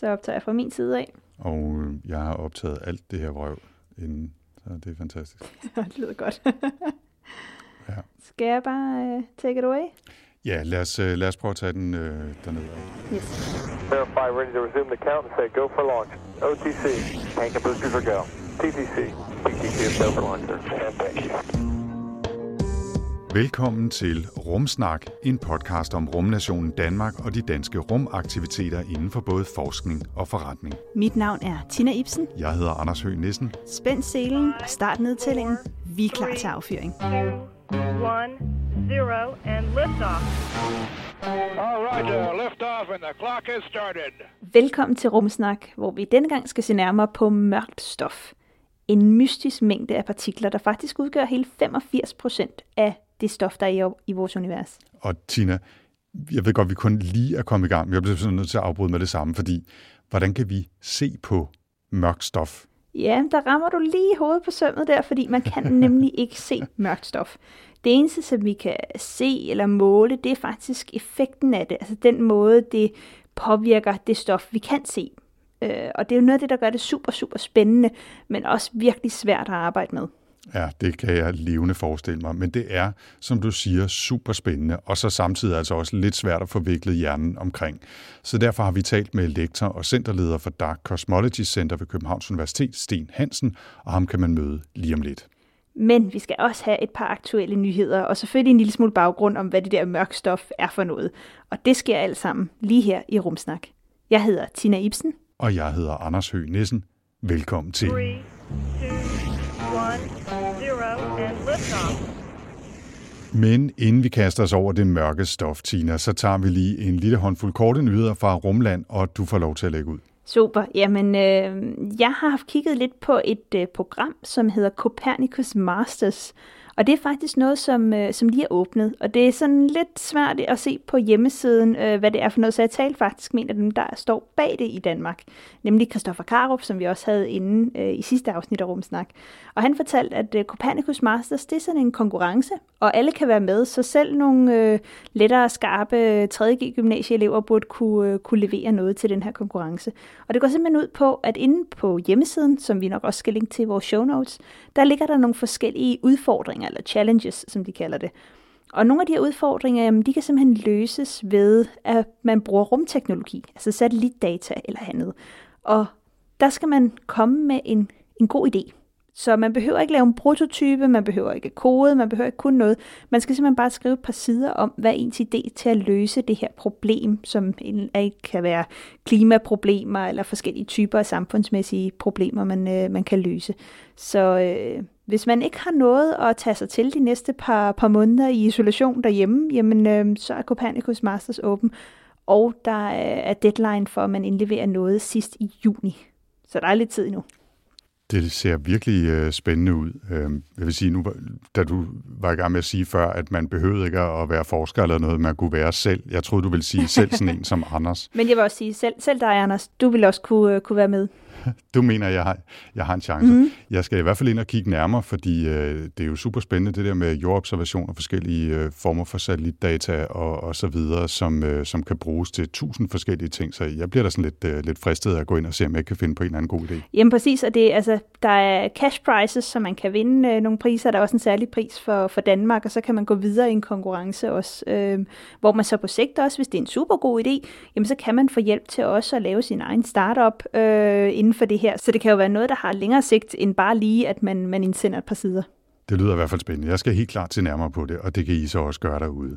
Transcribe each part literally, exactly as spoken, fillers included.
så optager jeg fra min side af. Og jeg har optaget alt det her vrøv inden, så det er fantastisk. Det lyder godt. Ja. Skal jeg bare uh, take it away? Ja, lad os, uh, lad os prøve at tage den uh, dernede. Yes. Verify, ready to resume the count and say go for launch. O T C, tank and boosters are go. T T C, T T C is go for launch, sir. And thank you. Velkommen til Rumsnak, en podcast om rumnationen Danmark og de danske rumaktiviteter inden for både forskning og forretning. Mit navn er Tina Ibsen. Jeg hedder Anders Høgh Nissen. Spænd selen og start nedtællingen. Vi er klar til affyring. two, one, zero, and liftoff. All right, uh, lift off and the clock has started. Velkommen til Rumsnak, hvor vi denne gang skal se nærmere på mørkt stof. En mystisk mængde af partikler, der faktisk udgør hele femogfirs procent af det stof, der er i vores univers. Og Tina, jeg ved godt, vi kun lige er kommet i gang, men jeg bliver simpelthen nødt til at afbryde med det samme, fordi hvordan kan vi se på mørkt stof? Ja, der rammer du lige hovedet på sømmet der, fordi man kan nemlig ikke se mørkt stof. Det eneste, som vi kan se eller måle, det er faktisk effekten af det, altså den måde, det påvirker det stof, vi kan se. Og det er jo noget af det, der gør det super, super spændende, men også virkelig svært at arbejde med. Ja, det kan jeg levende forestille mig, men det er, som du siger, super spændende, og så samtidig altså også lidt svært at forvikle hjernen omkring. Så derfor har vi talt med lektor og centerleder for Dark Cosmology Center ved Københavns Universitet, Sten Hansen, og ham kan man møde lige om lidt. Men vi skal også have et par aktuelle nyheder, og selvfølgelig en lille smule baggrund om, hvad det der mørk stof er for noget. Og det sker alt sammen lige her i Rumsnak. Jeg hedder Tina Ibsen. Og jeg hedder Anders Høgh Nissen. Velkommen til. Three, two, one, zero, and liftoff. Men inden vi kaster os over det mørke stof, Tina, så tager vi lige en lille håndfuld korte nyheder fra Rumland, og du får lov til at lægge ud. Super. Jamen, øh, jeg har haft kigget lidt på et øh, program, som hedder Copernicus Masters. Og det er faktisk noget, som, øh, som lige er åbnet. Og det er sådan lidt svært at se på hjemmesiden, øh, hvad det er for noget. Så jeg talte faktisk med en af dem, der står bag det i Danmark. Nemlig Christoffer Karup, som vi også havde inde øh, i sidste afsnit af Rumsnak. Og han fortalte, at øh, Copernicus Masters, det er sådan en konkurrence, og alle kan være med. Så selv nogle øh, lettere skarpe tredje G gymnasieelever burde kunne, øh, kunne levere noget til den her konkurrence. Og det går simpelthen ud på, at inde på hjemmesiden, som vi nok også skal linke til i vores show notes, der ligger der nogle forskellige udfordringer, eller challenges, som de kalder det. Og nogle af de her udfordringer, jamen, de kan simpelthen løses ved, at man bruger rumteknologi, altså satellitdata eller andet. Og der skal man komme med en, en god idé. Så man behøver ikke lave en prototype, man behøver ikke kode, man behøver ikke kun noget. Man skal simpelthen bare skrive et par sider om, hvad ens idé til at løse det her problem, som kan være klimaproblemer eller forskellige typer af samfundsmæssige problemer, man, øh, man kan løse. Så øh, hvis man ikke har noget at tage sig til de næste par, par måneder i isolation derhjemme, jamen, øh, så er Copernicus Masters åben, og der er deadline for, at man indleverer noget sidst i juni. Så der er lidt tid endnu. Det ser virkelig øh, spændende ud. Øh, jeg vil sige, nu, da du var i gang med at sige før, at man behøvede ikke at være forsker eller noget, man kunne være selv. Jeg troede, du ville sige selv sådan en som Anders. Men jeg vil også sige, selv, selv dig, Anders, du vil også kunne, kunne være med. Du mener, jeg har, jeg har en chance. Mm-hmm. Jeg skal i hvert fald ind og kigge nærmere, fordi øh, det er jo super spændende, det der med jordobservation og forskellige øh, former for satellitdata og, og så videre, som, øh, som kan bruges til tusind forskellige ting. Så jeg bliver da sådan lidt, øh, lidt fristet at gå ind og se, om jeg kan finde på en eller anden god idé. Jamen præcis, og det, altså, der er cash prizes, så man kan vinde øh, nogle priser. Der er også en særlig pris for, for Danmark, og så kan man gå videre i en konkurrence også, øh, hvor man så på sigt også, hvis det er en super god idé, jamen så kan man få hjælp til også at lave sin egen startup øh, inden for det her. Så det kan jo være noget, der har længere sigt, end bare lige, at man, man indsender et par sider. Det lyder i hvert fald spændende. Jeg skal helt klart til nærmere på det, og det kan I så også gøre derude.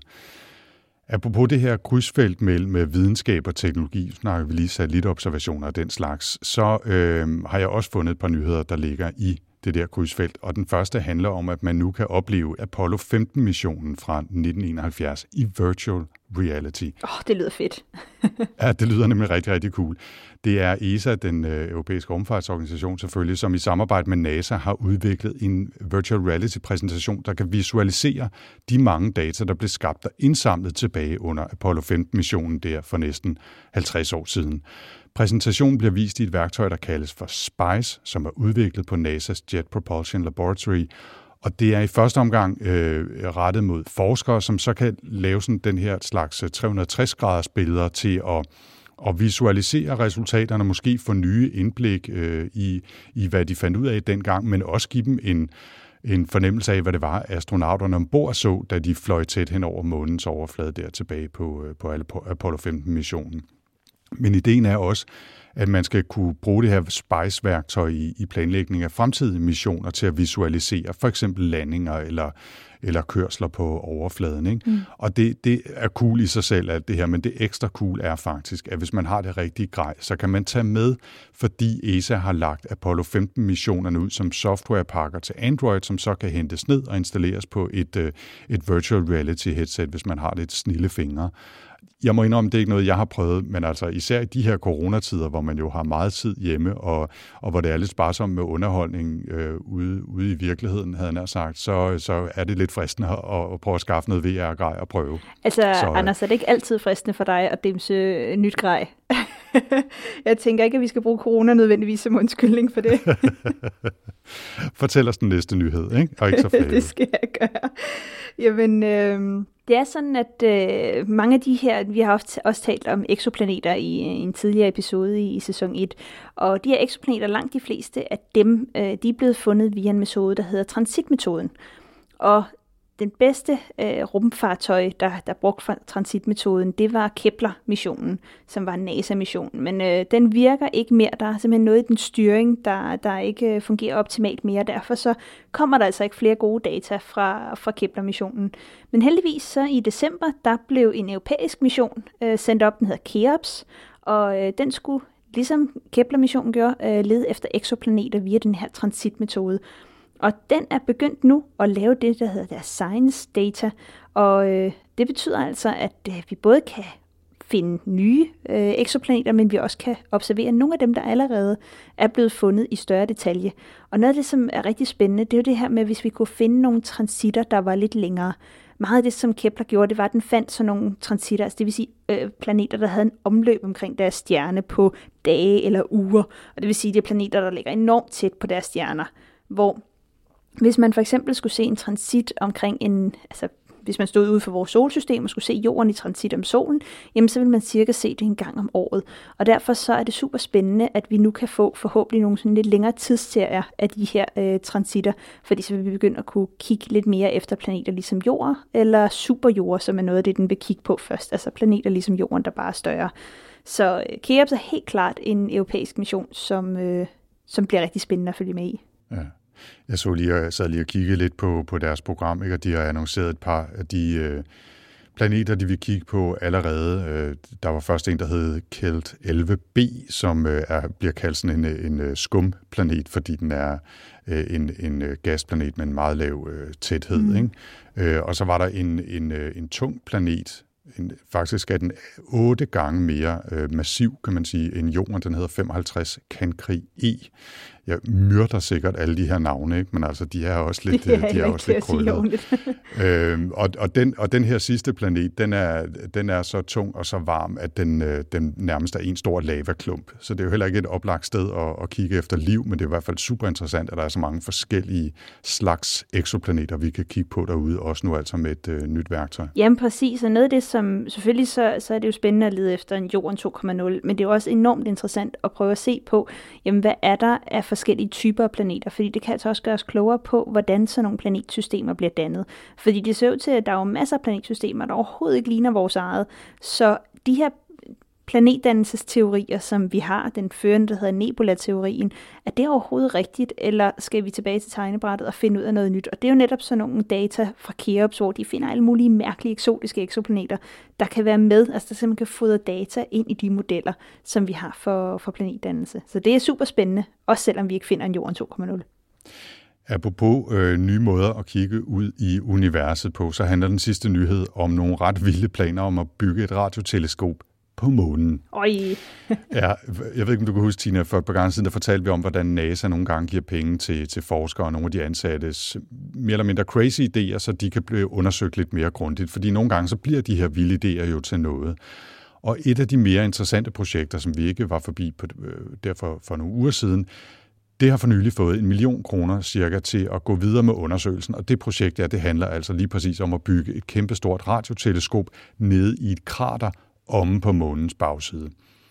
Apropos det her krydsfelt mellem videnskab og teknologi, snakker vi lige satellitobservationer og den slags, så øh, har jeg også fundet et par nyheder, der ligger i det der krydsfelt. Og den første handler om, at man nu kan opleve Apollo femten-missionen fra nitten enoghalvfjerds i virtual reality. Åh, oh, det lyder fedt. Ja, det lyder nemlig rigtig, rigtig cool. Det er E S A, den øh, europæiske rumfartsorganisation selvfølgelig, som i samarbejde med NASA har udviklet en virtual reality-præsentation, der kan visualisere de mange data, der blev skabt og indsamlet tilbage under Apollo femten-missionen der for næsten halvtreds år siden. Præsentationen bliver vist i et værktøj, der kaldes for SPICE, som er udviklet på NASA's Jet Propulsion Laboratory. Og det er i første omgang øh, rettet mod forskere, som så kan lave sådan den her slags tre hundrede og tres graders billeder til at og visualisere resultaterne, måske få nye indblik øh, i, i, hvad de fandt ud af dengang, men også give dem en, en fornemmelse af, hvad det var, astronauterne ombord så, da de fløj tæt hen over månens overflade der tilbage på, på Apollo femten-missionen. Men ideen er også, at man skal kunne bruge det her SPICE-værktøj i, i planlægning af fremtidige missioner til at visualisere for eksempel landinger eller, eller kørsler på overfladen. Ikke? Mm. Og det, det er cool i sig selv, at det her, men det ekstra cool er faktisk, at hvis man har det rigtige grej, så kan man tage med, fordi E S A har lagt Apollo femten-missionerne ud som softwarepakker til Android, som så kan hentes ned og installeres på et, et virtual reality headset, hvis man har lidt snille fingre. Jeg må indrømme, det er ikke noget, jeg har prøvet, men altså især i de her coronatider, hvor man jo har meget tid hjemme, og, og hvor det er lidt sparsomt med underholdning øh, ude, ude i virkeligheden, havde jeg nær sagt, så, så er det lidt fristende at, at prøve at skaffe noget V R-grej og prøve. Altså, så, Anders, er det ikke altid fristende for dig at dimse nyt grej? Jeg tænker ikke, at vi skal bruge corona nødvendigvis som undskyldning for det. Fortæl os den næste nyhed, ikke? Og ikke så flere. Det skal jeg gøre. Jamen, øh, det er sådan, at øh, mange af de her, vi har også, også talt om eksoplaneter i, i en tidligere episode i, i sæson et, og de her eksoplaneter, langt de fleste af dem, øh, de er blevet fundet via en metode, der hedder transitmetoden. Og den bedste øh, rumfartøj, der, der brugte for transitmetoden, det var Kepler-missionen, som var en NASA-mission. Men øh, den virker ikke mere. Der er simpelthen noget i den styring, der, der ikke fungerer optimalt mere. Derfor så kommer der altså ikke flere gode data fra, fra Kepler-missionen. Men heldigvis så i december, der blev en europæisk mission øh, sendt op, den hedder Keops, og øh, den skulle, ligesom Kepler-missionen gjorde, øh, lede efter eksoplaneter via den her transitmetode. Og den er begyndt nu at lave det, der hedder deres science data, og øh, det betyder altså, at øh, vi både kan finde nye øh, eksoplaneter, men vi også kan observere nogle af dem, der allerede er blevet fundet i større detalje. Og noget af det, som er rigtig spændende, det er jo det her med, hvis vi kunne finde nogle transitter, der var lidt længere. Meget af det, som Kepler gjorde, det var, at den fandt sådan nogle transitter, altså det vil sige øh, planeter, der havde en omløb omkring deres stjerne på dage eller uger. Og det vil sige, det er planeter, der ligger enormt tæt på deres stjerner, hvor hvis man for eksempel skulle se en transit omkring en, altså hvis man stod ude for vores solsystem og skulle se jorden i transit om solen, jamen så vil man cirka se det en gang om året. Og derfor så er det super spændende, at vi nu kan få forhåbentlig nogle sådan lidt længere tidsserier af de her øh, transitter, fordi så vil vi begynde at kunne kigge lidt mere efter planeter ligesom jord, eller superjord, som er noget af det, den vil kigge på først. Altså planeter ligesom jorden, der bare er større. Så øh, Keops er helt klart en europæisk mission, som, øh, som bliver rigtig spændende at følge med i. Ja. Jeg så lige, jeg sad lige og kiggede lidt på, på deres program, ikke? Og de har annonceret et par af de øh, planeter, de vil kigge på allerede. Øh, der var først en, der hed Kelt elleve b, som øh, er, bliver kaldt sådan en, en skumplanet, fordi den er øh, en, en gasplanet med en meget lav øh, tæthed. Mm. Ikke? Øh, og så var der en, en, en tung planet. En, faktisk er den otte gange mere øh, massiv, kan man sige, end jorden. Den hedder femoghalvtreds Cancri E. Jeg myrder sikkert alle de her navne, ikke? Men altså, de er også lidt, de er også lidt krøllede. øhm, og, og, den, og den her sidste planet, den er, den er så tung og så varm, at den, øh, den nærmest er en stor lavaklump. Så det er jo heller ikke et oplagt sted at, at kigge efter liv, men det er i hvert fald super interessant, at der er så mange forskellige slags eksoplaneter, vi kan kigge på derude, også nu altså med et øh, nyt værktøj. Jamen præcis, og noget af det, som selvfølgelig så, så er det jo spændende at lede efter en jorden to komma nul, men det er jo også enormt interessant at prøve at se på, jamen hvad er der af forskellige typer af planeter, fordi det kan altså også gøre os klogere på, hvordan sådan nogle planetsystemer bliver dannet. Fordi det ser ud til, at der er jo masser af planetsystemer, der overhovedet ikke ligner vores eget. Så de her planetdannelsesteorier, som vi har, den førende, der hedder nebula-teorien, er det overhovedet rigtigt, eller skal vi tilbage til tegnebrættet og finde ud af noget nyt? Og det er jo netop sådan nogle data fra Keops, hvor de finder alle mulige mærkelige, eksotiske eksoplaneter, der kan være med, altså der simpelthen kan fodre data ind i de modeller, som vi har for, for planetdannelse. Så det er super spændende, også selvom vi ikke finder en jorden to komma nul. Apropos øh, nye måder at kigge ud i universet på, så handler den sidste nyhed om nogle ret vilde planer om at bygge et radioteleskop på månen. Oj. Ja, jeg ved ikke, om du kan huske, Tina, for et par gange siden, der fortalte vi om, hvordan NASA nogle gange giver penge til, til forskere og nogle af de ansattes mere eller mindre crazy idéer, så de kan blive undersøgt lidt mere grundigt. Fordi nogle gange så bliver de her vilde idéer jo til noget. Og et af de mere interessante projekter, som vi ikke var forbi på, derfor for nogle uger siden, det har for nylig fået en million kroner cirka til at gå videre med undersøgelsen, og det projekt, ja, det handler altså lige præcis om at bygge et kæmpestort radioteleskop nede i et krater omme på månens bagside.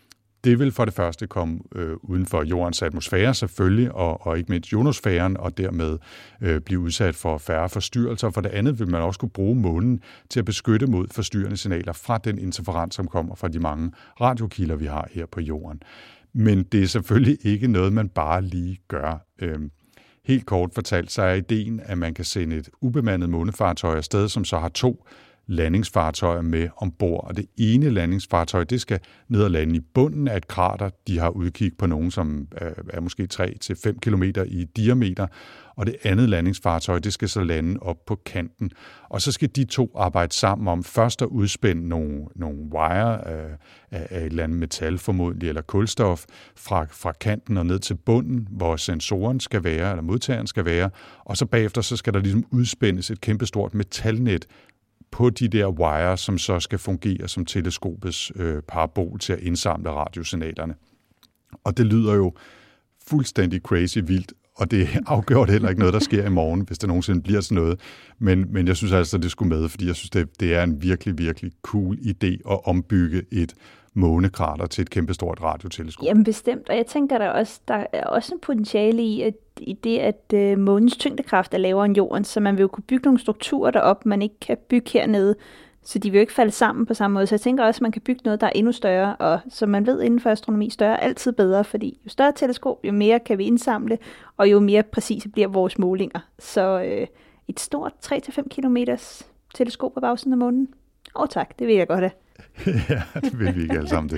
det vil for det første komme øh, uden for jordens atmosfære selvfølgelig, og, og ikke mindst ionosfæren, og dermed øh, blive udsat for færre forstyrrelser. For det andet vil man også kunne bruge månen til at beskytte mod forstyrrende signaler fra den interferens, som kommer fra de mange radiokilder, vi har her på jorden. Men det er selvfølgelig ikke noget, man bare lige gør. Øh, helt kort fortalt, så er ideen, at man kan sende et ubemandet månefartøj afsted, som så har to landingsfartøjer med ombord, og det ene landingsfartøj, det skal ned og lande i bunden af et krater. De har udkig på nogen, som er måske tre til fem kilometer i diameter, og det andet landingsfartøj, det skal så lande op på kanten. Og så skal de to arbejde sammen om først at udspænde nogle, nogle wire af, af et eller andet metal formodentlig, eller kulstof, fra, fra kanten og ned til bunden, hvor sensoren skal være, eller modtageren skal være, og så bagefter så skal der ligesom udspændes et kæmpestort metalnet på de der wire, som så skal fungere som teleskopets øh, parabol til at indsamle radiosignalerne. Og det lyder jo fuldstændig crazy vildt, og det er afgjort heller ikke noget, der sker i morgen, hvis det nogensinde bliver sådan noget. Men, men jeg synes altså, det skulle med, fordi jeg synes, det, det er en virkelig, virkelig cool idé at ombygge et månekrater til et kæmpestort radioteleskop. Jamen bestemt, og jeg tænker, der også der er også en potentiale i, at, i det, at øh, månens tyngdekraft er lavere end jorden, så man vil jo kunne bygge nogle strukturer derop, man ikke kan bygge hernede, så de vil jo ikke falde sammen på samme måde. Så jeg tænker også, at man kan bygge noget, der er endnu større, og som man ved inden for astronomi, større er altid bedre, fordi jo større teleskop, jo mere kan vi indsamle, og jo mere præcise bliver vores målinger. Så øh, et stort tre til fem kilometers teleskop på bagsiden af månen. Åh oh, tak, det vil jeg godt have. Ja, det vil vi ikke alle sammen det.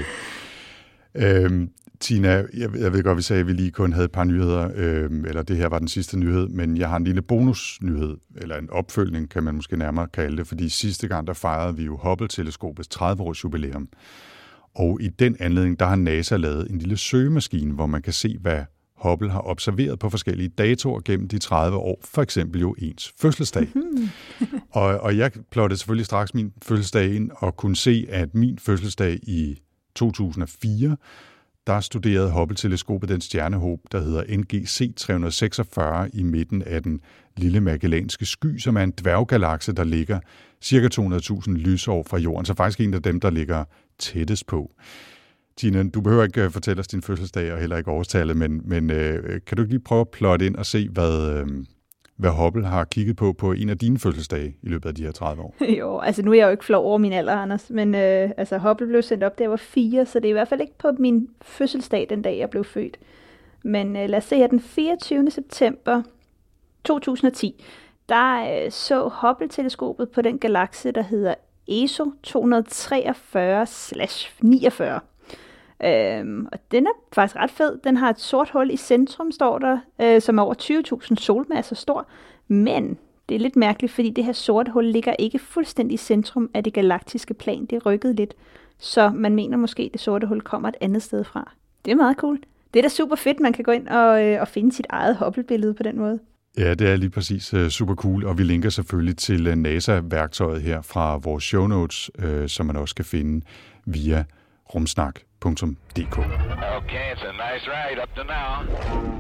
Øhm, Tina, jeg, jeg ved godt, vi sagde, at vi lige kun havde et par nyheder, øhm, eller det her var den sidste nyhed, men jeg har en lille bonusnyhed, eller en opfølgning, kan man måske nærmere kalde det, fordi sidste gang, der fejrede vi jo Hubble-teleskopets tredive-års jubilæum. Og i den anledning, der har NASA lavet en lille søgemaskine, hvor man kan se, hvad Hubble har observeret på forskellige datoer gennem de tredive år, for eksempel jo ens fødselsdag. og, og jeg plottede selvfølgelig straks min fødselsdag ind og kunne se, at min fødselsdag i to tusind og fire, der studerede Hubble-teleskopet den stjernehob, der hedder N G C tre hundrede seksogfyrre i midten af den lille Magellanske Sky, som er en dværggalakse, der ligger cirka to hundrede tusind lysår fra jorden, så faktisk en af dem, der ligger tættest på. Tina, du behøver ikke fortælle os din fødselsdag og heller ikke årstallet, men, men øh, kan du ikke lige prøve at plotte ind og se, hvad, øh, hvad Hubble har kigget på på en af dine fødselsdage i løbet af de her tredive år? Jo, altså nu er jeg jo ikke flov over min alder, Anders, men øh, altså Hubble blev sendt op, da jeg var fire, så det er i hvert fald ikke på min fødselsdag, den dag jeg blev født. Men øh, lad os se her, den fireogtyvende september to tusind og ti, der øh, så Hubble-teleskopet på den galakse, der hedder E S O to treogfyrre niogfyrre. Øhm, og den er faktisk ret fed. Den har et sort hul i centrum, står der, øh, som er over tyve tusind solmasser stor. Men det er lidt mærkeligt, fordi det her sorte hul ligger ikke fuldstændig i centrum af det galaktiske plan. Det er rykket lidt. Så man mener måske, at det sorte hul kommer et andet sted fra. Det er meget cool. Det er da super fedt, man kan gå ind og, øh, og finde sit eget Hubble-billede på den måde. Ja, det er lige præcis uh, super cool, og vi linker selvfølgelig til uh, NASA-værktøjet her fra vores show notes, uh, som man også kan finde via rumsnak punktum d k. Okay, it's a nice ride up to now.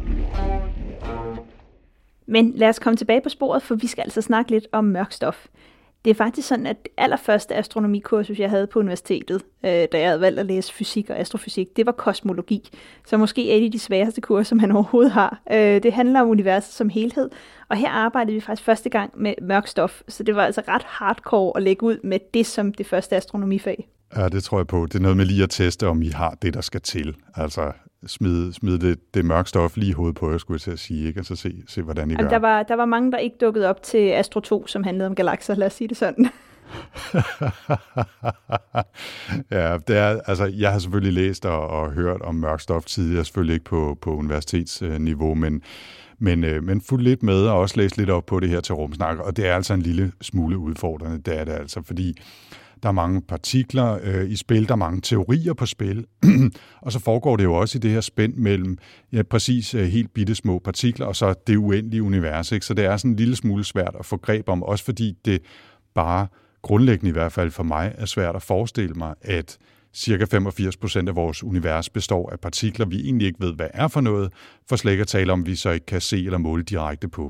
Men lad os komme tilbage på sporet, for vi skal altså snakke lidt om mørk stof. Det er faktisk sådan, at det allerførste astronomikursus, jeg havde på universitetet, øh, da jeg havde valgt at læse fysik og astrofysik, det var kosmologi. Så måske er det de sværeste kurser, man overhovedet har. Øh, det handler om universet som helhed, og her arbejdede vi faktisk første gang med mørk stof, så det var altså ret hardcore at lægge ud med det som det første astronomifag. Ja, det tror jeg på. Det er noget med lige at teste, om I har det, der skal til. Altså smide, smide det, det mørke stof lige i hovedet på, jeg skulle til at sige, ikke? Og så se, se hvordan I Jamen, gør. Der var, der var mange, der ikke dukkede op til Astro to, som handlede om galakser, lad os sige det sådan. Ja, det er, altså, jeg har selvfølgelig læst og, og hørt om mørk stof tidligere, selvfølgelig ikke på, på universitetsniveau, men Men, øh, men fuldt lidt med og også læst lidt op på det her til rumsnak, og det er altså en lille smule udfordrende, det er det altså, fordi der er mange partikler øh, i spil, der er mange teorier på spil, og så foregår det jo også i det her spænd mellem ja, præcis øh, helt bitte små partikler, og så det uendelige univers, ikke? Så det er sådan en lille smule svært at få greb om, også fordi det bare grundlæggende i hvert fald for mig er svært at forestille mig, at cirka femogfirs procent af vores univers består af partikler, vi egentlig ikke ved, hvad er for noget, for slet ikke at tale om, vi så ikke kan se eller måle direkte på dem.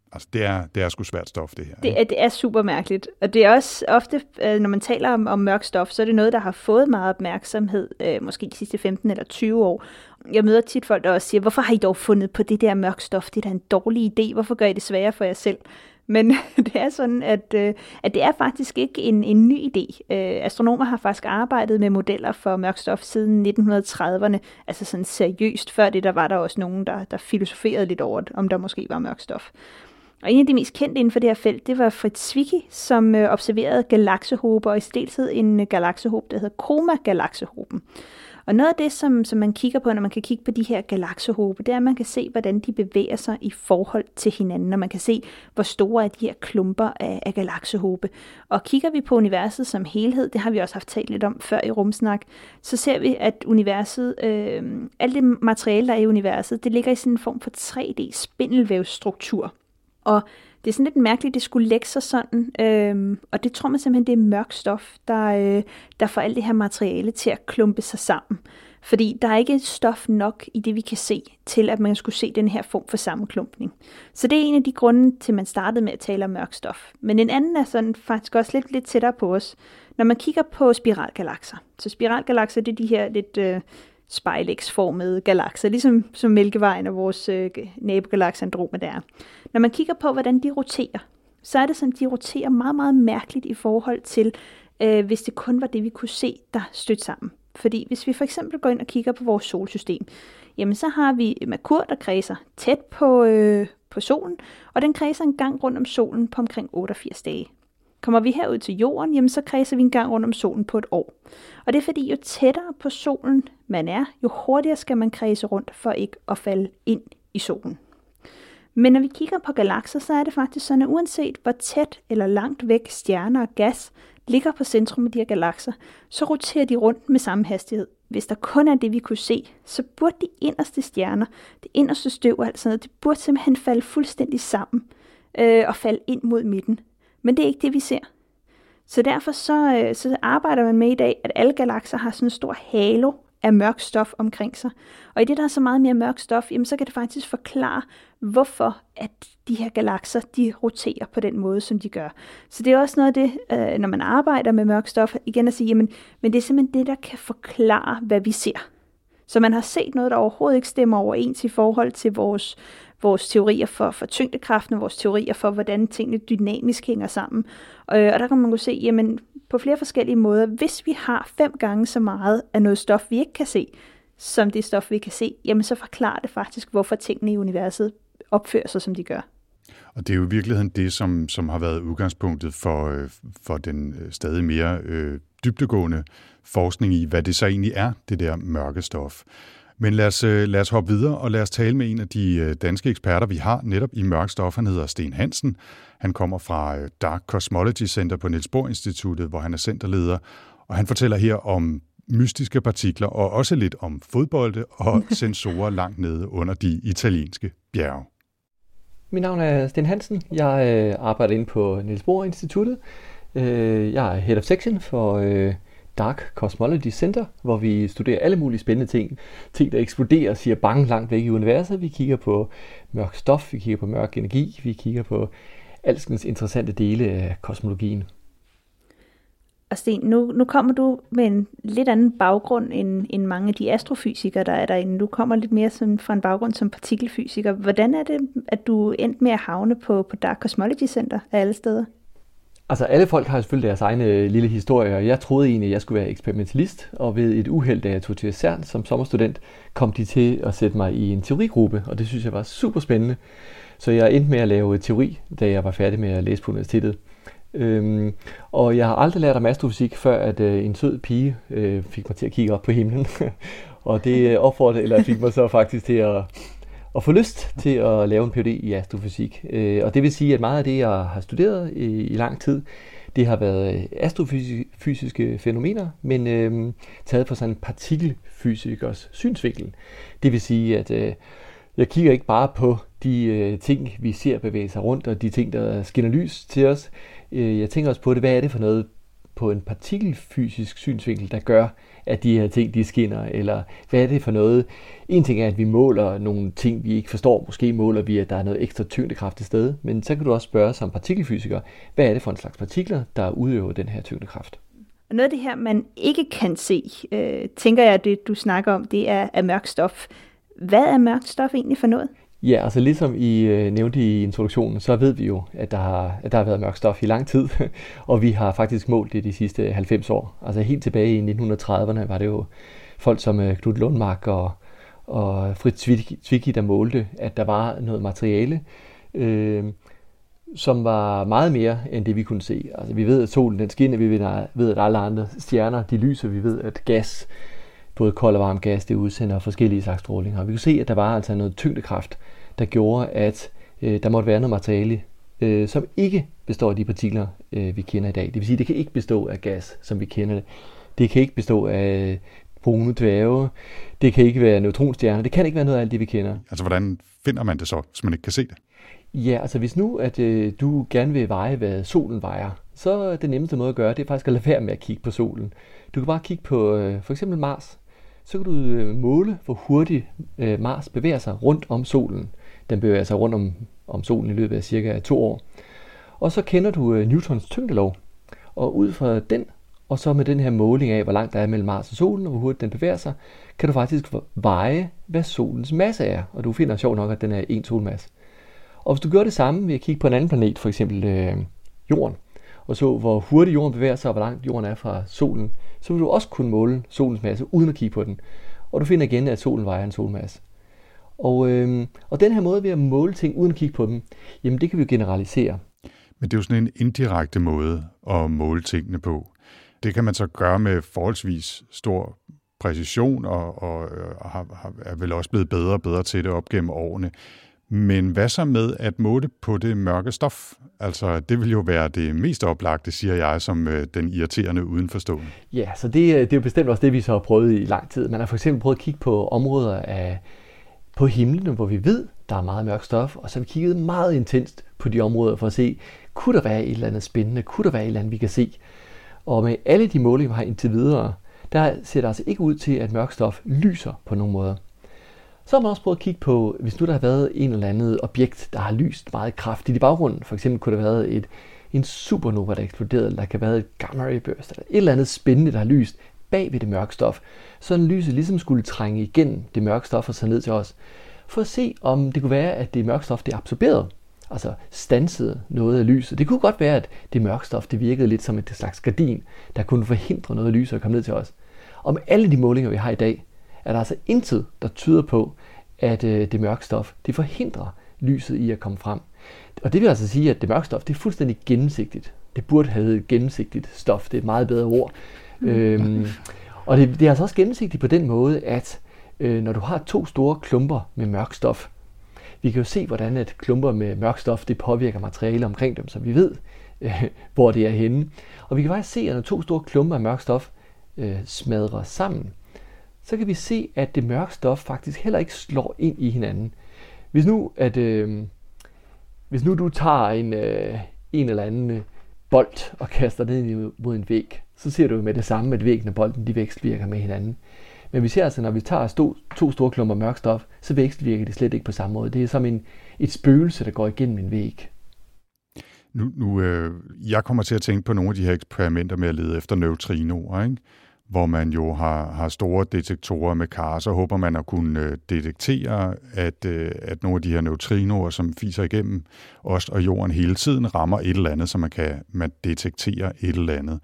Altså, det er, det er sgu svært stof, det her. Det er, det er super mærkeligt, og det er også ofte, når man taler om, om mørk stof, så er det noget, der har fået meget opmærksomhed, øh, måske de sidste femten eller tyve år. Jeg møder tit folk, der også siger, hvorfor har I dog fundet på det der mørk stof? Det er da en dårlig idé. Hvorfor gør I det sværere for jer selv? Men det er sådan, at, øh, at det er faktisk ikke en, en ny idé. Øh, astronomer har faktisk arbejdet med modeller for mørk stof siden nitten trediverne, altså sådan seriøst. Før det, der var der også nogen, der, der filosoferede lidt over, om der måske var mørk stof. Og en af de mest kendte inden for det her felt, det var Fritz Zwicky, som øh, observerede galaksehober, og i stedet en galaksehob, der hedder Coma-galaksehoben. Og noget af det, som, som man kigger på, når man kan kigge på de her galaksehobe, det er, at man kan se, hvordan de bevæger sig i forhold til hinanden, og man kan se, hvor store er de her klumper af, af galaksehobe. Og kigger vi på universet som helhed, det har vi også haft talt lidt om før i Rumsnak, så ser vi, at universet, øh, alt det materiale, der er i universet, det ligger i sådan en form for tre D-spindelvævsstruktur. Og det er sådan lidt mærkeligt, det skulle lægge sig sådan, øhm, og det tror man simpelthen, det er mørk stof, der, øh, der får alt det her materiale til at klumpe sig sammen. Fordi der er ikke stof nok i det, vi kan se, til at man skulle se den her form for sammenklumpning. Så det er en af de grunde til, at man startede med at tale om mørk stof. Men en anden er sådan faktisk også lidt, lidt tættere på os. Når man kigger på spiralgalakser, så spiralgalakser, det er de her lidt Øh, spejlægsformede galakser, ligesom som Mælkevejen og vores øh, nabogalaks Andromeda er. Når man kigger på, hvordan de roterer, så er det sådan, de roterer meget, meget mærkeligt i forhold til, øh, hvis det kun var det, vi kunne se, der stødte sammen. Fordi hvis vi for eksempel går ind og kigger på vores solsystem, jamen så har vi Merkur, der kredser tæt på, øh, på solen, og den kredser en gang rundt om solen på omkring otteogfirs dage. Kommer vi herud til jorden, jamen så kredser vi en gang rundt om solen på et år. Og det er fordi, jo tættere på solen man er, jo hurtigere skal man kredse rundt for ikke at falde ind i solen. Men når vi kigger på galakser, så er det faktisk sådan, at uanset hvor tæt eller langt væk stjerner og gas ligger på centrum af de her galakser, så roterer de rundt med samme hastighed. Hvis der kun er det, vi kunne se, så burde de inderste stjerner, det inderste støv og alt sådan noget, det burde simpelthen falde fuldstændig sammen øh, og falde ind mod midten. Men det er ikke det, vi ser. Så derfor så, så arbejder man med i dag, at alle galakser har sådan en stor halo af mørk stof omkring sig. Og i det, der er så meget mere mørk stof, jamen, så kan det faktisk forklare, hvorfor at de her galakser, de roterer på den måde, som de gør. Så det er også noget af det, når man arbejder med mørk stof, igen at sige, jamen, men det er simpelthen det, der kan forklare, hvad vi ser. Så man har set noget, der overhovedet ikke stemmer overens i forhold til vores, vores teorier for, for tyngdekraften og vores teorier for, hvordan tingene dynamisk hænger sammen. Og, og der kan man jo se, jamen på flere forskellige måder, hvis vi har fem gange så meget af noget stof, vi ikke kan se, som det stof, vi kan se, jamen så forklarer det faktisk, hvorfor tingene i universet opfører sig, som de gør. Og det er jo i virkeligheden det, som, som har været udgangspunktet for, for den stadig mere øh, dybdegående forskning i, hvad det så egentlig er, det der mørke stof. Men lad os, lad os hoppe videre, og lad os tale med en af de danske eksperter, vi har netop i mørk stof. Han hedder Sten Hansen. Han kommer fra Dark Cosmology Center på Niels Bohr Instituttet, hvor han er centerleder. Og han fortæller her om mystiske partikler, og også lidt om fodbolde og sensorer langt nede under de italienske bjerge. Mit navn er Sten Hansen. Jeg arbejder inde på Niels Bohr Instituttet. Jeg er Head of Section for Dark Cosmology Center, hvor vi studerer alle mulige spændende ting. Ting, der eksploderer og siger bang langt væk i universet. Vi kigger på mørk stof, vi kigger på mørk energi, vi kigger på alskens interessante dele af kosmologien. Og Sten, nu, nu kommer du med en lidt anden baggrund end, end mange af de astrofysikere, der er derinde. Du kommer lidt mere sådan fra en baggrund som partikelfysiker. Hvordan er det, at du endte med at havne på, på Dark Cosmology Center af alle steder? Altså alle folk har selvfølgelig deres egne lille historie, og jeg troede egentlig, at jeg skulle være eksperimentalist, og ved et uheld, da jeg tog til CERN som sommerstudent, kom de til at sætte mig i en teorigruppe, og det synes jeg var super spændende. Så jeg endte med at lave teori, da jeg var færdig med at læse på universitetet. Øhm, og jeg har aldrig lært om astrofysik, før at øh, en sød pige øh, fik mig til at kigge op på himlen, og det opfordrede, eller fik mig så faktisk til at og få lyst til at lave en Ph.D. i astrofysik. Og det vil sige, at meget af det, jeg har studeret i, i lang tid, det har været astrofysiske fænomener, men øh, taget fra sådan en partikelfysikers synsvinkel. Det vil sige, at øh, jeg kigger ikke bare på de øh, ting, vi ser bevæge sig rundt, og de ting, der skinner lys til os. Jeg tænker også på det, hvad er det for noget på en partikelfysisk synsvinkel, der gør, at de her ting, de skinner, eller hvad er det for noget? En ting er, at vi måler nogle ting, vi ikke forstår. Måske måler vi, at der er noget ekstra tyngdekraft i stedet, men så kan du også spørge som partikelfysiker, hvad er det for en slags partikler, der udøver den her tyngdekraft? Og noget af det her, man ikke kan se, øh, tænker jeg, at det du snakker om, det er, er mørkt stof. Hvad er mørkt stof egentlig for noget? Ja, altså ligesom I øh, nævnte i introduktionen, så ved vi jo, at der har, at der har været mørkt stof i lang tid, og vi har faktisk målt det de sidste halvfems år. Altså helt tilbage i nitten trediverne var det jo folk som øh, Knud Lundmark og, og Fritz Zwicky, der målte, at der var noget materiale, øh, som var meget mere end det, vi kunne se. Altså vi ved, at solen den skinner, vi ved, at alle andre stjerner de lyser, vi ved, at gas, både kold og varm gas, det udsender forskellige slags strålinger. Og vi kunne se, at der var altså noget tyngdekraft, der gjorde, at øh, der måtte være noget materiale, øh, som ikke består af de partikler, øh, vi kender i dag. Det vil sige, at det kan ikke bestå af gas, som vi kender det. Det kan ikke bestå af brune dværge. Det kan ikke være neutronstjerner. Det kan ikke være noget af alt det, vi kender. Altså, hvordan finder man det så, hvis man ikke kan se det? Ja, altså hvis nu, at øh, du gerne vil veje, hvad solen vejer, så er det nemmeste måde at gøre, det er faktisk at lade være med at kigge på solen. Du kan bare kigge på øh, for eksempel Mars. Så kan du øh, måle, hvor hurtigt øh, Mars bevæger sig rundt om solen. Den bevæger sig rundt om, om solen i løbet af cirka to år. Og så kender du øh, Newtons tyngdelov. Og ud fra den, og så med den her måling af, hvor langt der er mellem Mars og solen, og hvor hurtigt den bevæger sig, kan du faktisk veje, hvad solens masse er. Og du finder sjovt nok, at den er en solmasse. Og hvis du gør det samme ved at kigge på en anden planet, for eksempel øh, Jorden, og så hvor hurtigt Jorden bevæger sig, og hvor langt Jorden er fra solen, så vil du også kunne måle solens masse uden at kigge på den. Og du finder igen, at solen vejer en solmasse. Og, øh, og den her måde ved at måle ting uden at kigge på dem, jamen det kan vi jo generalisere. Men det er jo sådan en indirekte måde at måle tingene på. Det kan man så gøre med forholdsvis stor præcision, og, og, og har, er vel også blevet bedre og bedre til det op gennem årene. Men hvad så med at måle på det mørke stof? Altså, det vil jo være det mest oplagte, siger jeg, som øh, den irriterende udenforstående. Ja, så det, det er jo bestemt også det, vi så har prøvet i lang tid. Man har for eksempel prøvet at kigge på områder af, på himlen, hvor vi ved, der er meget mørkt stof, og så har vi kigget meget intenst på de områder for at se, kunne der være et eller andet spændende, kunne der være et eller andet, vi kan se. Og med alle de målinger, vi har indtil videre, der ser det altså ikke ud til, at mørkt stof lyser på nogen måder. Så har man også prøvet at kigge på, hvis nu der har været en eller andet objekt, der har lyst meget kraftigt i baggrunden. For eksempel kunne der have været et, en supernova, der eksploderede, eller der kan have været et gamma-ray-burst, eller et eller andet spændende, der har lyst bag ved det mørke stof. Så lyset ligesom skulle trænge igennem det mørke stof og så ned til os. For at se, om det kunne være, at det mørke stof det absorberede, altså stansede noget af lyset. Det kunne godt være, at det mørke stof det virkede lidt som et slags gardin, der kunne forhindre noget af lyset at komme ned til os. Og med alle de målinger, vi har i dag, er der altså intet, der tyder på, at øh, det mørke stof det forhindrer lyset i at komme frem. Og det vil altså sige, at det mørke stof det er fuldstændig gennemsigtigt. Det burde have et gennemsigtigt stof. Det er et meget bedre ord. Mm. Øhm, og det, det er altså også gennemsigtigt på den måde, at øh, når du har to store klumper med mørk stof, vi kan jo se, hvordan at klumper med mørk stof det påvirker materiale omkring dem, så vi ved, øh, hvor det er henne. Og vi kan faktisk se, at når to store klumper af mørk stof øh, smadrer sammen, så kan vi se, at det mørke stof faktisk heller ikke slår ind i hinanden. Hvis nu, at, øh, hvis nu du tager en, øh, en eller anden øh, bold og kaster den mod en væg, så ser du med det samme, at væggen og bolden de vekselvirker med hinanden. Men vi ser altså, når vi tager to, to store klumper mørk stof, så vekselvirker det slet ikke på samme måde. Det er som en, et spøgelse, der går igennem en væg. Nu, nu øh, jeg kommer til at tænke på nogle af de her eksperimenter med at lede efter neutrinoer, ikke? Hvor man jo har, har store detektorer med kar, så håber man at kunne øh, detektere, at, øh, at nogle af de her neutrinoer, som fiser igennem os og jorden hele tiden, rammer et eller andet, så man kan man detektere et eller andet.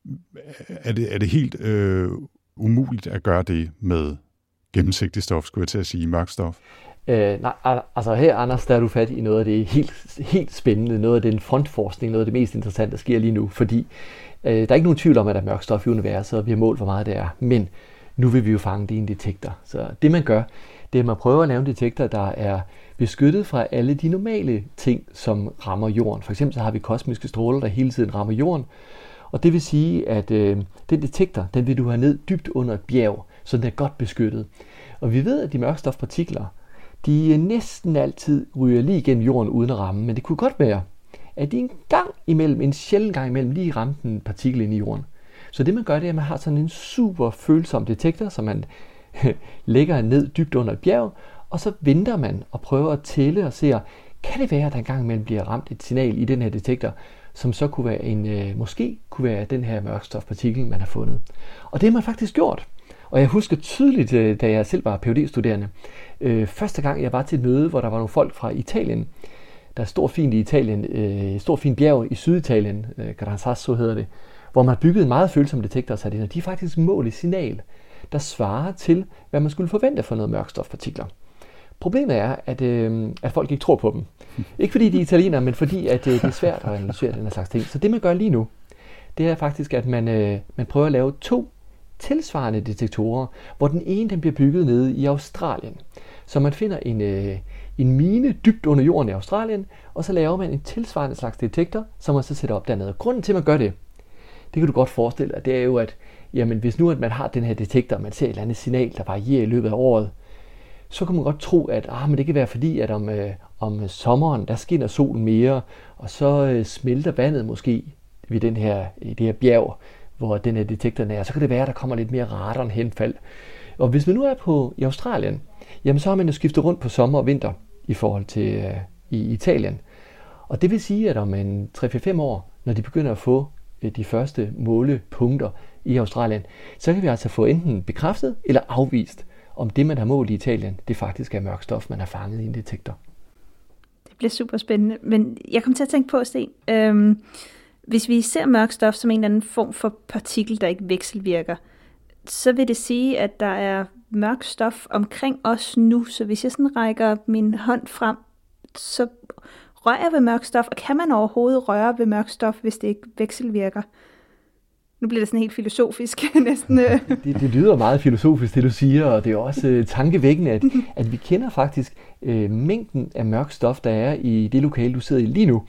Er det, er det helt øh, umuligt at gøre det med gennemsigtigt stof, skulle jeg til at sige, mørkt stof? Øh, nej, altså her, Anders, der er du fat i noget af det helt, helt spændende, noget af den frontforskning, noget af det mest interessante, der sker lige nu, fordi øh, der er ikke nogen tvivl om, at der er mørkt stof i universet, og vi har målt, hvor meget det er, men nu vil vi jo fange det i en detektor. Så det man gør, det er, at man prøver at lave en detektor, der er beskyttet fra alle de normale ting, som rammer jorden. For eksempel så har vi kosmiske stråler, der hele tiden rammer jorden, og det vil sige, at øh, den detektor, den vil du have ned dybt under et bjerg, så den er godt beskyttet. Og vi ved, at de mørkstofpartikler, de næsten altid ryger lige gennem jorden uden at ramme, men det kunne godt være, at de en gang imellem, en sjælden gang imellem, lige ramt en partikel ind i jorden. Så det man gør, det er, at man har sådan en super følsom detektor, som man lægger ned dybt under et bjerg, og så venter man og prøver at tælle og ser, kan det være, at der engang imellem bliver ramt et signal i den her detektor, som så kunne være en, øh, måske kunne være den her mørkstofpartikel, man har fundet. Og det har man faktisk gjort. Og jeg husker tydeligt, øh, da jeg selv var P H D-studerende, øh, første gang jeg var til et møde, hvor der var nogle folk fra Italien. Der er stort fint i Italien, øh, stort fint bjerg i Syditalien, øh, Gran Sasso hedder det, hvor man har bygget en meget følsom detektor og sat ind, og de er faktisk mål i signal, der svarer til, hvad man skulle forvente for noget mørkstofpartikler. Problemet er, at, øh, at folk ikke tror på dem. Ikke fordi de er italienere, men fordi at, øh, det er svært at analysere den her slags ting. Så det man gør lige nu, det er faktisk, at man, øh, man prøver at lave to tilsvarende detektorer, hvor den ene den bliver bygget nede i Australien. Så man finder en, øh, en mine dybt under jorden i Australien, og så laver man en tilsvarende slags detektor, som man så sætter op dernede. Grunden til, at man gør det, det kan du godt forestille dig, det er jo, at jamen, hvis nu at man har den her detektor, og man ser et eller andet signal, der varierer i løbet af året, så kan man godt tro, at ah, men det kan være fordi, at om, øh, om sommeren, der skinner solen mere, og så øh, smelter vandet måske ved den her, i det her bjerg, hvor den her detektor er, så kan det være, at der kommer lidt mere radonhenfald. Og hvis man nu er på i Australien, jamen så har man jo skiftet rundt på sommer og vinter i forhold til øh, i Italien. Og det vil sige, at om en tre til fem år, når de begynder at få øh, de første målepunkter i Australien, så kan vi altså få enten bekræftet eller afvist, om det, man har målt i Italien, det faktisk er mørkstof, man har fanget i en detektor. Det bliver super spændende. Men jeg kom til at tænke på, Sten, øhm, hvis vi ser mørkstof som en eller anden form for partikel, der ikke vekselvirker, så vil det sige, at der er mørkstof omkring os nu. Så hvis jeg sådan rækker min hånd frem, så rører jeg ved mørkstof. Og kan man overhovedet røre ved mørkstof, hvis det ikke vekselvirker? Nu bliver det sådan helt filosofisk næsten. Det, det lyder meget filosofisk, det du siger, og det er også øh, tankevækkende, at, at vi kender faktisk øh, mængden af mørkstof, der er i det lokale, du sidder i lige nu.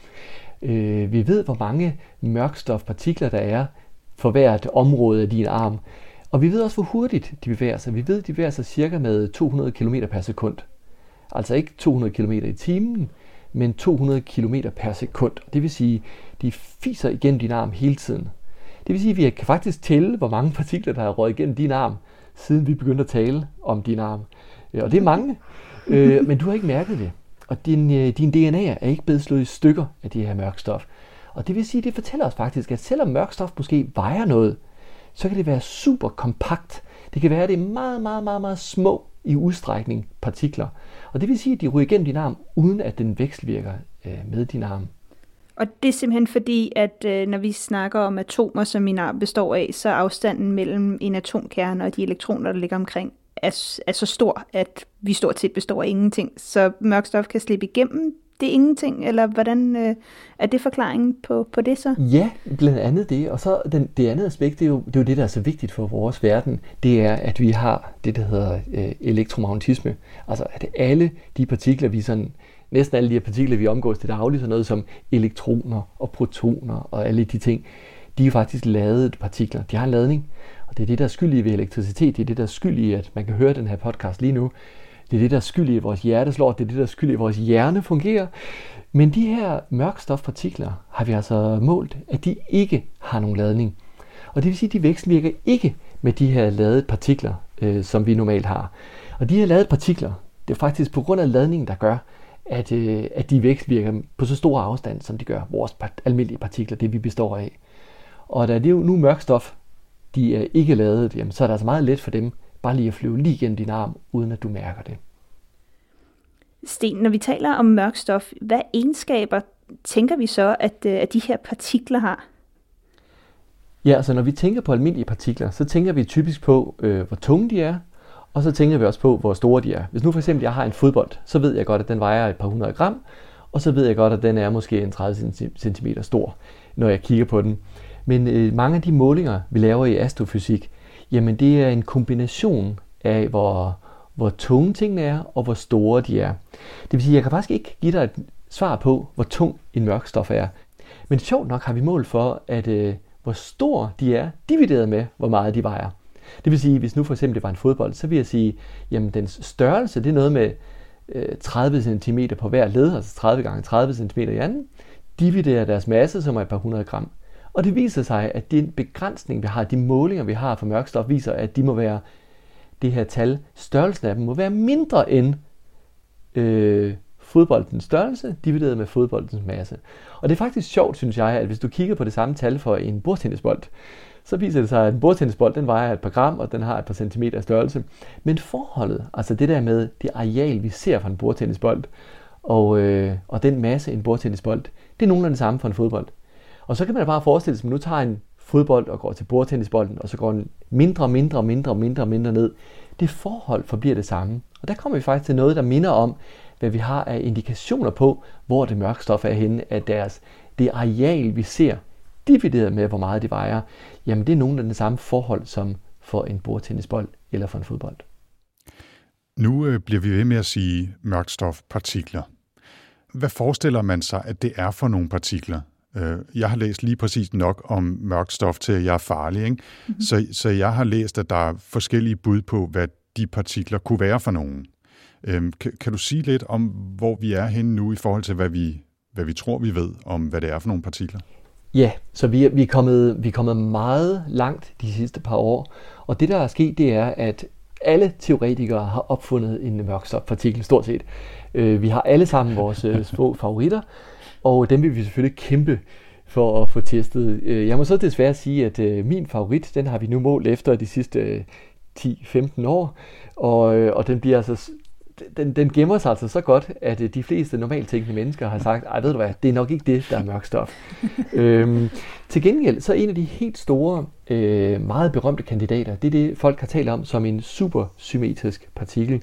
Øh, vi ved, hvor mange mørkstofpartikler der er for hvert område af din arm. Og vi ved også, hvor hurtigt de bevæger sig. Vi ved, de bevæger sig cirka med to hundrede kilometer per sekund. Altså ikke to hundrede kilometer i timen, men to hundrede kilometer per sekund. Det vil sige, de fiser igennem din arm hele tiden. Det vil sige, at vi kan faktisk tælle, hvor mange partikler, der har røget igennem din arm, siden vi begyndte at tale om din arm. Og det er mange, men du har ikke mærket det. Og din, din D N A er ikke blevet slået i stykker af det her mørkstof. Og det vil sige, det fortæller os faktisk, at selvom mørkstof måske vejer noget, så kan det være super kompakt. Det kan være, at det er meget, meget, meget, meget små i udstrækning partikler. Og det vil sige, at de ryger igennem din arm, uden at den vekselvirker med din arm. Og det er simpelthen fordi, at øh, når vi snakker om atomer, som min arm består af, så er afstanden mellem en atomkerne og de elektroner, der ligger omkring, er, er så stor, at vi stort set består af ingenting. Så mørkstof kan slippe igennem det ingenting, eller hvordan øh, er det forklaringen på, på det så? Ja, blandt andet det. Og så den, det andet aspekt, det er, jo, det er jo det, der er så vigtigt for vores verden, det er, at vi har det, der hedder øh, elektromagnetisme. Altså at alle de partikler, vi sådan... Næsten alle de her partikler, vi omgås til daglig, sådan noget som elektroner og protoner og alle de ting, de er faktisk ladede partikler. De har en ladning, og det er det, der er skyld i ved elektricitet. Det er det, der er skyld i, at man kan høre den her podcast lige nu. Det er det, der er skyld i, at vores hjerte slår. Det er det, der er skyld i, at vores hjerne fungerer. Men de her mørkstofpartikler har vi altså målt, at de ikke har nogen ladning. Og det vil sige, at de vekselvirker ikke med de her ladede partikler, øh, som vi normalt har. Og de her ladede partikler, det er faktisk på grund af ladningen, der gør, At, øh, at de vekselvirker på så stor afstand, som de gør vores part- almindelige partikler, det vi består af. Og da det er jo nu mørkstof, de er ikke ladet, jamen, så er det altså meget let for dem bare lige at flyve lige gennem din arm, uden at du mærker det. Sten, når vi taler om mørkstof, hvad egenskaber tænker vi så, at, at de her partikler har? Ja, altså når vi tænker på almindelige partikler, så tænker vi typisk på, øh, hvor tunge de er, og så tænker vi også på, hvor store de er. Hvis nu for eksempel jeg har en fodbold, så ved jeg godt, at den vejer et par hundrede gram, og så ved jeg godt, at den er måske en tredive centimeter stor, når jeg kigger på den. Men øh, mange af de målinger, vi laver i astrofysik, jamen det er en kombination af, hvor, hvor tunge tingene er, og hvor store de er. Det vil sige, at jeg kan faktisk ikke give dig et svar på, hvor tung en mørkstof er. Men sjovt nok har vi mål for, at øh, hvor stor de er, divideret med, hvor meget de vejer. Det vil sige, hvis nu for eksempel det var en fodbold, så vil jeg sige, jamen dens størrelse, det er noget med øh, tredive centimeter på hver led, altså tredive gange tredive centimeter i anden. dividerer deres masse, som er et par hundrede gram. Og det viser sig, at den begrænsning, vi har, de målinger, vi har for mørkstof, viser, at de må være, det her tal, størrelsen af dem må være mindre end øh, fodboldens størrelse, divideret med fodboldens masse. Og det er faktisk sjovt, synes jeg, at hvis du kigger på det samme tal for en bordtennisbold, så viser det sig, at en bordtennisbold, den vejer et par gram, og den har et par centimeter størrelse. Men forholdet, altså det der med det areal, vi ser fra en bordtennisbold, og, øh, og den masse, en bordtennisbold, det er nogenlunde det samme for en fodbold. Og så kan man da bare forestille sig, at man nu tager en fodbold og går til bordtennisbolden, og så går den mindre, mindre, mindre, mindre, mindre ned. Det forhold forbliver det samme. Og der kommer vi faktisk til noget, der minder om, hvad vi har af indikationer på, hvor det mørkstof er henne, at deres, det areal, vi ser, divideret med, hvor meget det vejer, jamen det er nogenlunde det samme forhold som for en bordtennisbold eller for en fodbold. Nu øh, bliver vi ved med at sige mørkstofpartikler. Hvad forestiller man sig, at det er for nogle partikler? Jeg har læst lige præcis nok om mørkstof til, at jeg er farlig. Ikke? Mm-hmm. Så, så jeg har læst, at der er forskellige bud på, hvad de partikler kunne være for nogen. Øhm, kan, kan du sige lidt om, hvor vi er henne nu i forhold til, hvad vi, hvad vi tror, vi ved om, hvad det er for nogle partikler? Ja, så vi er, vi, er kommet, vi er kommet meget langt de sidste par år. Og det, der er sket, det er, at alle teoretikere har opfundet en mørkstofpartikel, stort set. Øh, vi har alle sammen vores øh, små favoritter. Og dem vil vi selvfølgelig kæmpe for at få testet. Jeg må så desværre sige, at min favorit, den har vi nu målt efter de sidste ti femten år. Og, og den, bliver altså, den, den gemmer sig altså så godt, at de fleste normalt tænkende mennesker har sagt, ej ved du hvad, det er nok ikke det, der er mørkstof. øhm, til gengæld, så er en af de helt store, øh, meget berømte kandidater, det er det, folk har talt om som en supersymmetrisk partikel.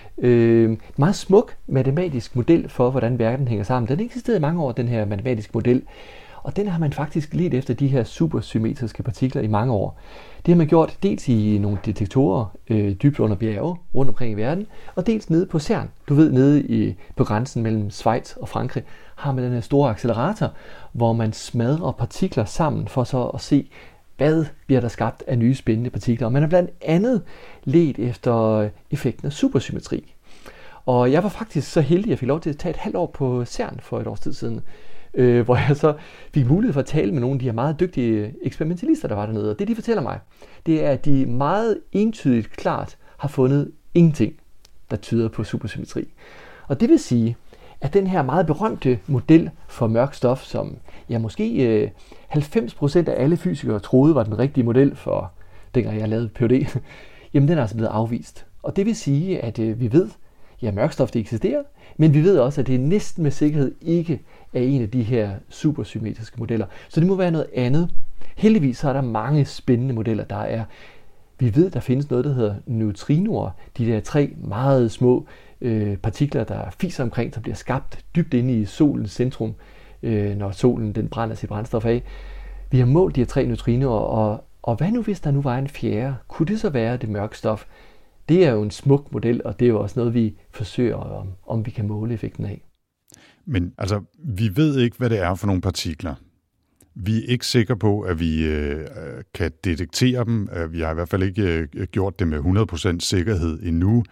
Øh, meget smuk matematisk model for, hvordan verden hænger sammen. Den eksisterede i mange år, den her matematiske model. Og den har man faktisk ledt efter de her supersymmetriske partikler i mange år. Det har man gjort dels i nogle detektorer øh, dybt under bjerge rundt omkring i verden, og dels nede på CERN. Du ved, nede i, på grænsen mellem Schweiz og Frankrig har man den her store accelerator, hvor man smadrer partikler sammen for så at se, hvad bliver der skabt af nye spændende partikler. Og man har blandt andet ledt efter effekten af supersymmetri. Og jeg var faktisk så heldig, at jeg fik lov til at tage et halvt år på CERN for et års tid siden, øh, hvor jeg så fik mulighed for at tale med nogle af de her meget dygtige eksperimentalister, der var dernede. Og det, de fortæller mig, det er, at de meget entydigt klart har fundet ingenting, der tyder på supersymmetri. Og det vil sige, at den her meget berømte model for mørk stof, som ja, måske øh, halvfems procent af alle fysikere troede var den rigtige model for dengang jeg lavede P H D, jamen den er altså blevet afvist. Og det vil sige, at øh, vi ved, ja, mørkstof det eksisterer, men vi ved også, at det næsten med sikkerhed ikke er en af de her supersymmetriske modeller. Så det må være noget andet. Heldigvis så er der mange spændende modeller, der er. Vi ved, der findes noget, der hedder neutrinoer, de der tre meget små øh, partikler, der fiser omkring, der bliver skabt dybt inde i solens centrum, øh, når solen den brænder sit brændstof af. Vi har målt de her tre neutrinoer, og, og hvad nu hvis der nu var en fjerde? Kunne det så være det mørke stof? Det er jo en smuk model, og det er jo også noget, vi forsøger, om, om vi kan måle effekten af. Men altså, vi ved ikke, hvad det er for nogle partikler. Vi er ikke sikre på, at vi øh, kan detektere dem. Vi har i hvert fald ikke øh, gjort det med hundrede procent sikkerhed endnu.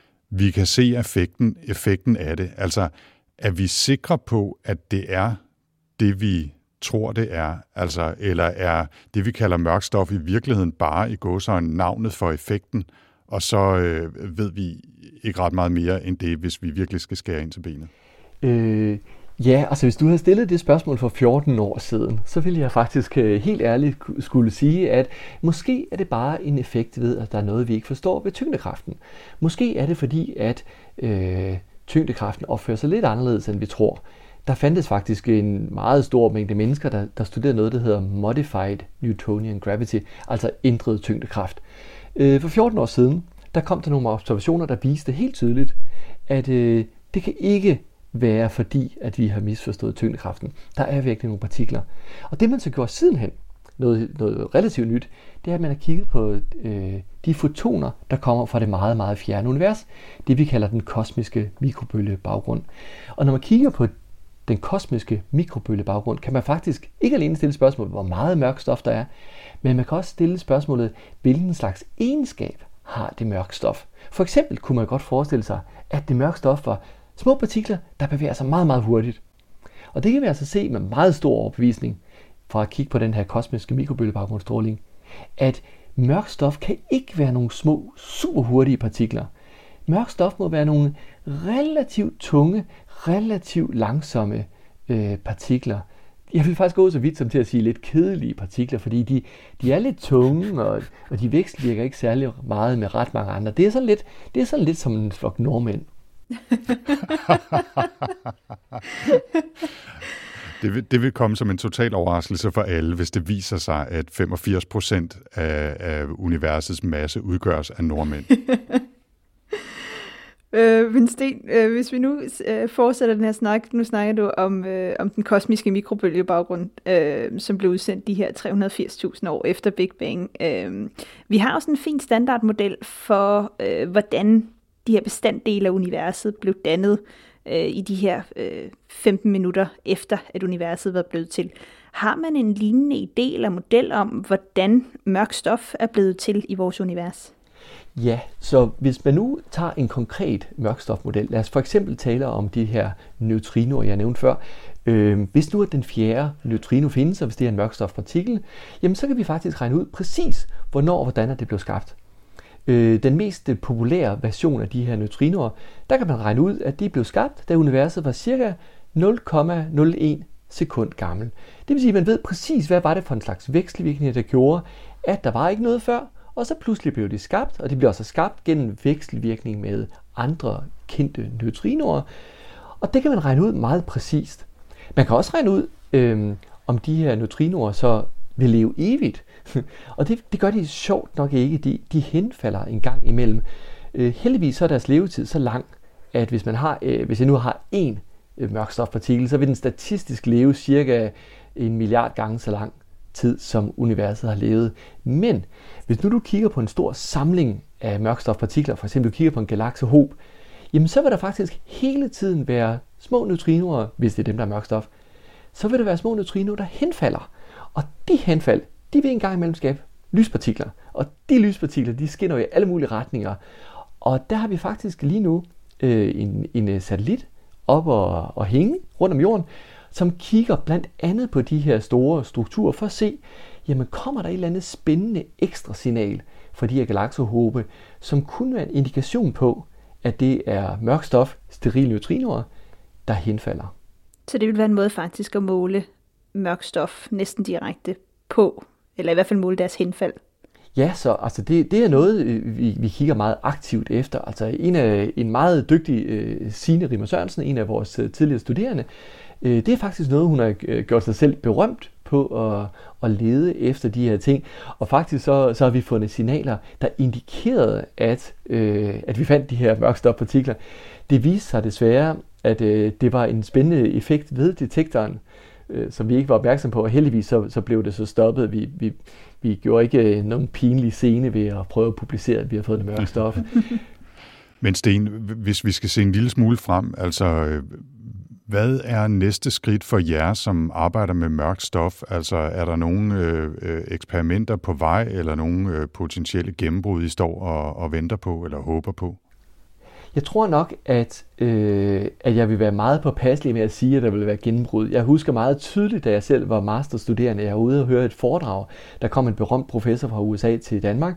Vi kan se effekten, effekten af det. Altså, er vi sikre på, at det er det, vi tror, det er? Altså, eller er det, vi kalder mørkstof, i virkeligheden bare i gåseøjne navnet for effekten? Og så øh, ved vi ikke ret meget mere end det, hvis vi virkelig skal skære ind til benet. Øh, ja, altså hvis du havde stillet det spørgsmål for fjorten år siden, så ville jeg faktisk øh, helt ærligt skulle sige, at måske er det bare en effekt ved, at der er noget, vi ikke forstår ved tyngdekraften. Måske er det fordi, at øh, tyngdekraften opfører sig lidt anderledes, end vi tror. Der fandtes faktisk en meget stor mængde mennesker, der, der studerede noget, der hedder Modified Newtonian Gravity, altså ændret tyngdekraft. For fjorten år siden, der kom der nogle observationer, der viste helt tydeligt, at øh, det kan ikke være fordi, at vi har misforstået tyngdekraften. Der er virkelig nogle partikler. Og det man så gjorde sidenhen, noget, noget relativt nyt, det er, at man har kigget på øh, de fotoner, der kommer fra det meget, meget fjerne univers. Det vi kalder den kosmiske mikrobølgebaggrund. Og når man kigger på den kosmiske mikrobølgebaggrund, kan man faktisk ikke alene stille spørgsmålet, hvor meget mørk stof der er, men man kan også stille spørgsmålet, hvilken slags egenskab har det mørke stof. For eksempel kunne man godt forestille sig, at det mørke stof var små partikler, der bevæger sig meget, meget hurtigt. Og det kan vi altså se med meget stor overbevisning fra at kigge på den her kosmiske mikrobølgebaggrundsstråling, at mørk stof kan ikke være nogle små, super hurtige partikler. Mørk stof må være nogle relativt tunge, relativt langsomme øh, partikler. Jeg vil faktisk gå så vidt som til at sige lidt kedelige partikler, fordi de, de er lidt tunge, og, og de vekselvirker ikke særlig meget med ret mange andre. Det er sådan lidt, det er sådan lidt som en flok nordmænd. Det vil, det vil komme som en total overraskelse for alle, hvis det viser sig, at femogfirs procent af, af universets masse udgøres af nordmænd. Øh, men Sten, øh, hvis vi nu øh, fortsætter den her snak, nu snakker du om, øh, om den kosmiske mikrobølgebaggrund, øh, som blev udsendt de her tre hundrede og firs tusind år efter Big Bang. Øh, vi har også en fin standardmodel for, øh, hvordan de her bestanddele af universet blev dannet øh, i de her øh, femten minutter efter, at universet var blevet til. Har man en lignende idé eller model om, hvordan mørk stof er blevet til i vores univers? Ja, så hvis man nu tager en konkret mørkstofmodel, lad os for eksempel tale om de her neutrinoer, jeg nævnte før. Øh, hvis nu at den fjerde neutrino findes, og hvis det er en mørkstofpartikel, jamen så kan vi faktisk regne ud præcis, hvornår og hvordan det blev skabt. Øh, den mest populære version af de her neutrinoer, der kan man regne ud, at de blev skabt, da universet var cirka nul komma nul en sekund gammel. Det vil sige, at man ved præcis, hvad var det for en slags vekselvirkning, der gjorde, at der var ikke noget før, og så pludselig blev de skabt, og de blev også skabt gennem vekselvirkning med andre kendte neutrinoer. Og det kan man regne ud meget præcist. Man kan også regne ud, øh, om de her neutrinoer så vil leve evigt. Og det, det gør de sjovt nok ikke. De, de henfalder en gang imellem. Øh, heldigvis så er deres levetid så lang, at hvis, man har, øh, hvis jeg nu har én øh, mørkstofpartikel, så vil den statistisk leve cirka en milliard gange så lang tid, som universet har levet. Men hvis nu du kigger på en stor samling af mørkstofpartikler, for eksempel du kigger på en galaksehob, jamen så vil der faktisk hele tiden være små neutrinoer, hvis det er dem, der er mørkstof. Så vil der være små neutrinoer, der henfalder. Og de henfald, de vil engang imellem skabe lyspartikler. Og de lyspartikler, de skinner i alle mulige retninger. Og der har vi faktisk lige nu øh, en, en satellit op og, og hænge rundt om jorden, som kigger blandt andet på de her store strukturer for at se, jamen kommer der et eller andet spændende ekstra signal fra de her galaksehobe, som kunne være en indikation på, at det er mørk stof, sterile neutrinoer, der henfalder. Så det vil være en måde faktisk at måle mørk stof næsten direkte på, eller i hvert fald måle deres henfald? Ja, så altså det, det er noget, vi, vi kigger meget aktivt efter. Altså en, af, en meget dygtig uh, Signe Rimmer Sørensen, en af vores uh, tidligere studerende, uh, det er faktisk noget, hun har uh, gjort sig selv berømt på at, at lede efter de her ting. Og faktisk så, så har vi fundet signaler, der indikerede, at, uh, at vi fandt de her mørkstofpartikler. Det viste sig desværre, at uh, det var en spændende effekt ved detektoren, som vi ikke var opmærksom på, og heldigvis så, så blev det så stoppet. Vi, vi, vi gjorde ikke nogen pinlig scene ved at prøve at publicere, at vi har fået det mørke stof. Men Sten, hvis vi skal se en lille smule frem, altså hvad er næste skridt for jer, som arbejder med mørkt stof? Altså er der nogle øh, eksperimenter på vej, eller nogle øh, potentielle gennembrud, I står og, og venter på, eller håber på? Jeg tror nok, at, øh, at jeg vil være meget påpasselig med at sige, at der vil være gennembrud. Jeg husker meget tydeligt, da jeg selv var masterstuderende, jeg var ude og høre et foredrag. Der kom en berømt professor fra U S A til Danmark.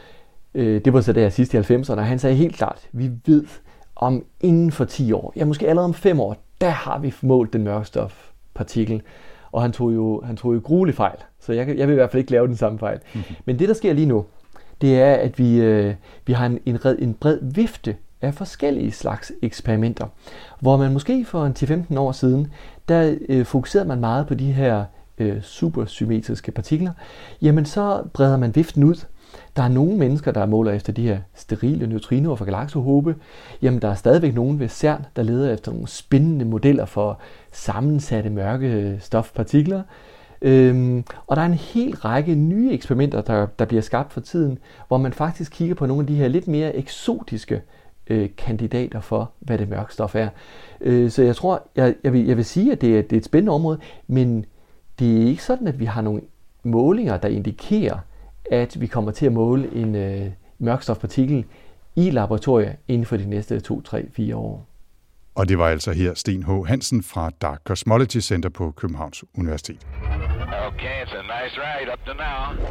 Øh, det var så der sidst i halvfemserne, og han sagde helt klart, vi ved om inden for ti år, ja måske allerede om fem år, der har vi målt den mørkstofpartikel. Og han tog jo, han tog jo gruelig fejl, så jeg, jeg vil i hvert fald ikke lave den samme fejl. Mm-hmm. Men det, der sker lige nu, det er, at vi, øh, vi har en, en, en bred vifte af forskellige slags eksperimenter, hvor man måske for en ti til femten år siden, der øh, fokuserede man meget på de her øh, supersymmetriske partikler. Jamen så breder man viften ud. Der er nogle mennesker, der måler efter de her sterile neutrinoer fra galaksehobe. Jamen der er stadigvæk nogen ved CERN, der leder efter nogle spændende modeller for sammensatte mørke stofpartikler. Øhm, og der er en hel række nye eksperimenter, der, der bliver skabt for tiden, hvor man faktisk kigger på nogle af de her lidt mere eksotiske øh, kandidater for, hvad det mørke stof er. Øh, så jeg tror, jeg, jeg, vil, jeg vil sige, at det er, det er et spændende område, men det er ikke sådan, at vi har nogle målinger, der indikerer, at vi kommer til at måle en øh, mørkstofpartikel i laboratoriet inden for de næste to, tre, fire år. Og det var altså her Sten H. Hansen fra Dark Cosmology Center på Københavns Universitet. Okay, it's a nice ride up to now.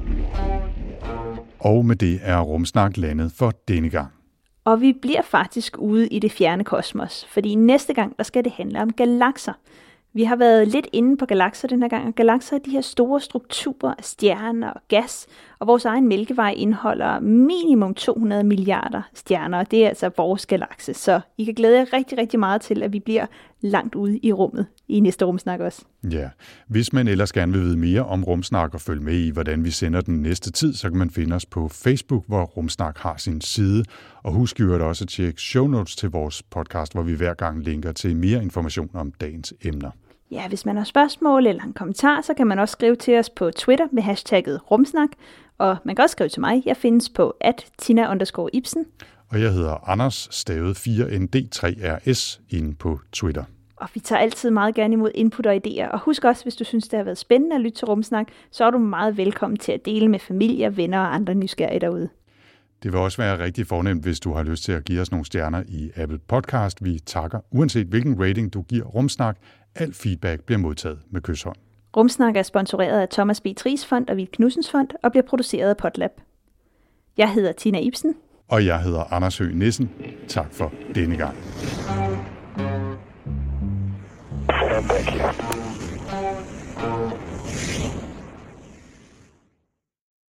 Og med det er Rumsnak landet for denne gang. Og vi bliver faktisk ude i det fjerne kosmos, fordi næste gang der skal det handle om galakser. Vi har været lidt inde på galakser den her gang, og galakser er de her store strukturer af stjerner og gas, og vores egen Mælkevej indeholder minimum to hundrede milliarder stjerner, og det er altså vores galakse. Så I kan glæde jer rigtig, rigtig meget til, at vi bliver langt ude i rummet i næste Rumsnak også. Ja, hvis man ellers gerne vil vide mere om Rumsnak og følge med i, hvordan vi sender den næste tid, så kan man finde os på Facebook, hvor Rumsnak har sin side. Og husk i øvrigt også at tjekke show notes til vores podcast, hvor vi hver gang linker til mere information om dagens emner. Ja, hvis man har spørgsmål eller en kommentar, så kan man også skrive til os på Twitter med hashtagget Rumsnak. Og man kan også skrive til mig. Jeg findes på at tina underscore ibsen. Og jeg hedder Anders, stavet fire N D tre R S, inde på Twitter. Og vi tager altid meget gerne imod input og idéer. Og husk også, hvis du synes, det har været spændende at lytte til Rumsnak, så er du meget velkommen til at dele med familie, venner og andre nysgerrige derude. Det vil også være rigtig fornemt, hvis du har lyst til at give os nogle stjerner i Apple Podcast. Vi takker, uanset hvilken rating du giver Rumsnak. Al feedback bliver modtaget med kyshånd. Rumsnak er sponsoreret af Thomas B. Thies Fond og Vild Knudsens Fond og bliver produceret af Podlab. Jeg hedder Tina Ibsen. Og jeg hedder Anders Høgh Nissen. Tak for denne gang. And thank you.